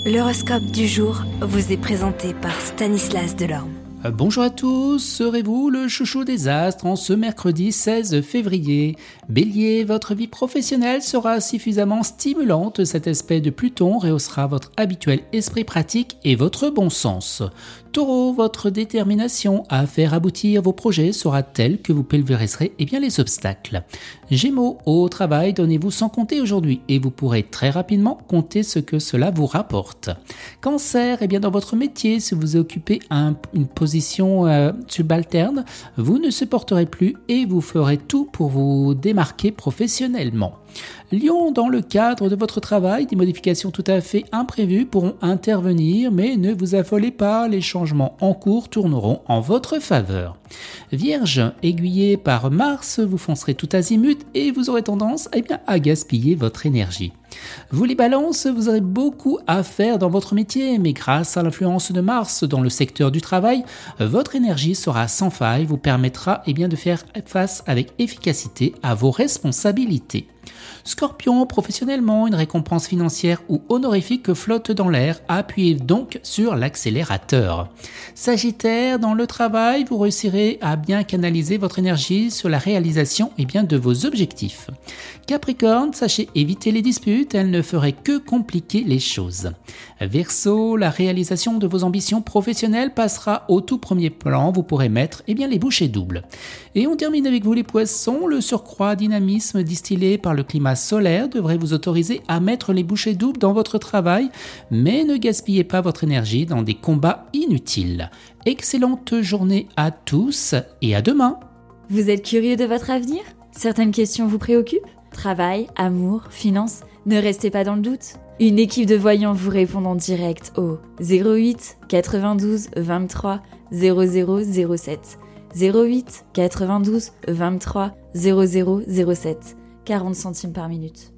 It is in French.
L'horoscope du jour vous est présenté par Stanislas Delorme. Bonjour à tous, serez-vous le chouchou des astres en ce mercredi 16 février? Bélier, votre vie professionnelle sera suffisamment stimulante, cet aspect de Pluton rehaussera votre habituel esprit pratique et votre bon sens. Taureau, votre détermination à faire aboutir vos projets sera telle que vous pulvériserez les obstacles. Gémeaux, au travail, donnez-vous sans compter aujourd'hui et vous pourrez très rapidement compter ce que cela vous rapporte. Cancer, dans votre métier, si vous occupez une position subalterne, vous ne supporterez plus et vous ferez tout pour vous démarquer professionnellement. Lion, dans le cadre de votre travail, des modifications tout à fait imprévues pourront intervenir, mais ne vous affolez pas, les changements en cours tourneront en votre faveur. Vierge, aiguillé par Mars, vous foncerez tout azimut et vous aurez tendance à gaspiller votre énergie. Vous les balances, vous aurez beaucoup à faire dans votre métier, mais grâce à l'influence de Mars dans le secteur du travail, votre énergie sera sans faille, vous permettra de faire face avec efficacité à vos responsabilités. Scorpion, professionnellement, une récompense financière ou honorifique flotte dans l'air, appuyez donc sur l'accélérateur. Sagittaire, dans le travail, vous réussirez à bien canaliser votre énergie sur la réalisation de vos objectifs. Capricorne, sachez éviter les disputes, elles ne feraient que compliquer les choses. Verseau, la réalisation de vos ambitions professionnelles passera au tout premier plan, vous pourrez mettre les bouchées doubles. Et on termine avec vous les poissons, le surcroît dynamisme distillé par le climat solaire devrait vous autoriser à mettre les bouchées doubles dans votre travail, mais ne gaspillez pas votre énergie dans des combats inutiles. Excellente journée à tous et à demain. Vous êtes curieux de votre avenir? Certaines questions vous préoccupent? Travail, amour, finances? Ne restez pas dans le doute. Une équipe de voyants vous répond en direct au 08 92 23 0007. 08 92 23 0007. 40 centimes par minute.